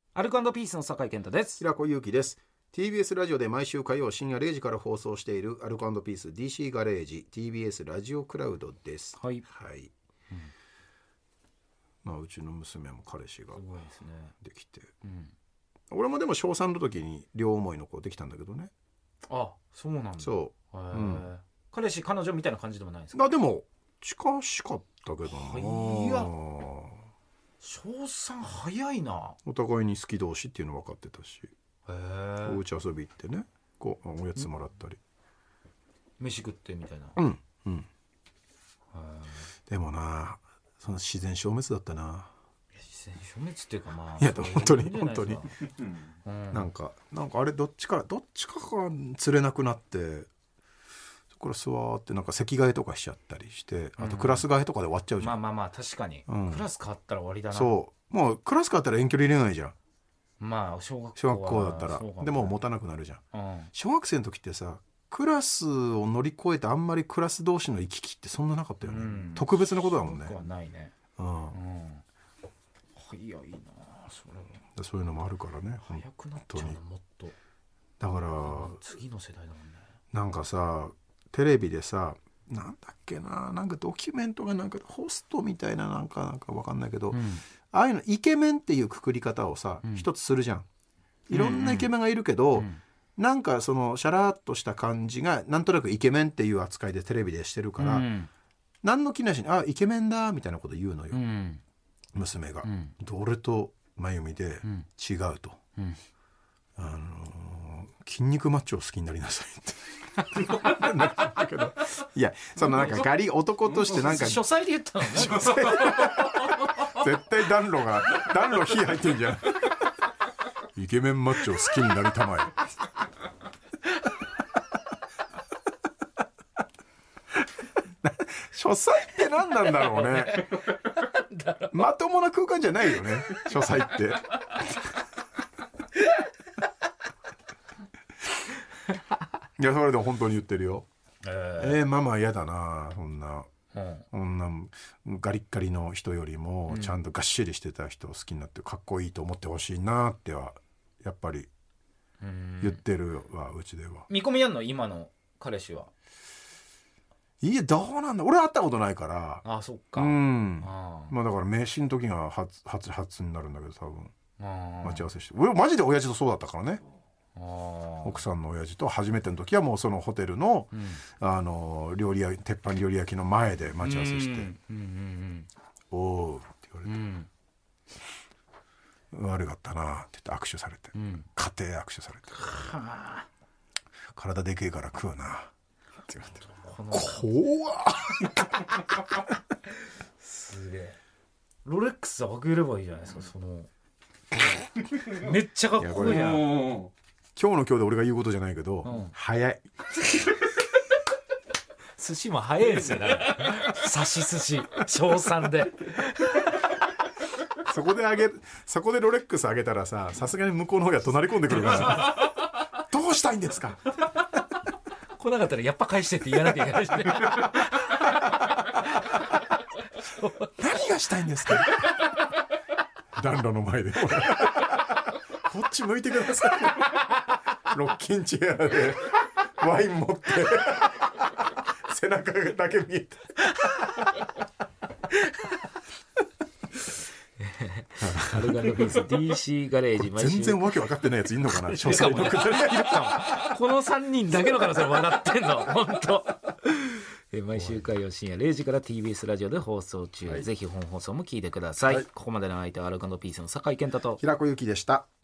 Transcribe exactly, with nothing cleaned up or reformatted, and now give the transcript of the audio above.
アルコ&ピースの酒井健太です。 平子祐希です。 ティービーエス ラジオで毎週火曜深夜れいじから放送しているアルコ&ピース ディーシー ガレージ ティービーエス ラジオクラウドです。 はい、 はい、うん、まあうちの娘も彼氏ができて、うん、俺もでも小さんの時に両思いの子できたんだけどね。 あ、そうなんだ。 そう、 へ、うん、彼氏彼女みたいな感じでもないですか？ あ、でも近しかったけどな。 いや、小さん早いな。 お互いに好き同士っていうの分かってたし、へ、お家遊び行ってね、こうおやつもらったり飯食ってみたいな。 うんうん。でもな、その自然消滅だったな。 自然消滅っていうか、まあいや本当に本当に、 うん、 なんかなんかあれどっちかどっちかが釣れなくなって、そこから座ってなんか席替えとかしちゃったりして、あとクラス替えとかで終わっちゃうじゃん、うん、 まあまあまあ確かに、うん、クラス変わったら終わりだな。 そうもうクラス変わったら遠距離恋愛じゃん。 まあ小学校小学校だったらでも持たなくなるじゃん、うん、小学生の時ってさ、クラスを乗り越えてあんまりクラス同士の行き来ってそんななかったよね、うん、特別なことだもんね。 小学校はないね、うんうん、早いなそれ。 そういうのもあるからね。 早くなっちゃうのもっと。 だから次の世代だもんね。 なんかさテレビでさ、なんだっけな、なんかドキュメントがなんかホストみたいななんかなんか分かんないけど、うん、ああいうのイケメンっていうくくり方をさ、うん、一つするじゃん。いろんなイケメンがいるけど、うんうん、なんかそのシャラーっとした感じがなんとなくイケメンっていう扱いでテレビでしてるから、うん、何の気なしにあイケメンだみたいなこと言うのよ、うん、娘が、うん、俺と真由美で違うと、うん、あのー、筋肉マッチョを好きになりなさいってだけど、いやそのなんかガリ男としてなんか書斎で言ったのね絶対暖炉が暖炉火入ってんじゃんイケメンマッチョを好きになりたまえ書斎って何なんだろうねまともな空間じゃないよね書斎っていやそれでも本当に言ってるよ。えー、えー、ママ嫌だなそんな、うん、そんなガリッガリの人よりもちゃんとがっしりしてた人を好きになってかっこいいと思ってほしいなってはやっぱり言ってるわ、うちでは。 見込みやんの今の彼氏は？ いやどうなんだ、俺は会ったことないから。 ああそっか、 うん、あまあだから名刺の時が初初初になるんだけど多分待ち合わせして、俺マジで親父とそうだったからね。あ奥さんの親父と初めての時はもうそのホテルの、うん、あの料理屋鉄板料理焼きの前で待ち合わせして、うんうんうん、おーって言われて、うん、悪かったなって言って握手されて、うん、家庭握手されて、は体でけえから食うなって言われて、怖っすげえ。ロレックスあげればいいじゃないですか、そのめっちゃかっこいいな。 今日の今日で俺が言うことじゃないけど、うん、早い寿司も早いですよね刺し寿司小さんでそこであげそこでロレックスあげたらさ、さすがに向こうの方が隣込んでくるからどうしたいんですか来なかったらやっぱ返してって言わなきゃいけないしね何がしたいんですか暖炉の前でこっち向いてくださいロッキンチェアでワイン持って背中だけ見えてアルガノフィース ディーシー ガレージ全然わけ分かってないやついんのかな書斎のくだりこのさんにんだけの可能性笑ってんの本当毎週火曜深夜れいじから ティービーエス ラジオで放送中、はい、ぜひ本放送も聞いてください、はい、ここまでの相手はアルガノピースの酒井健太と平子祐希でした。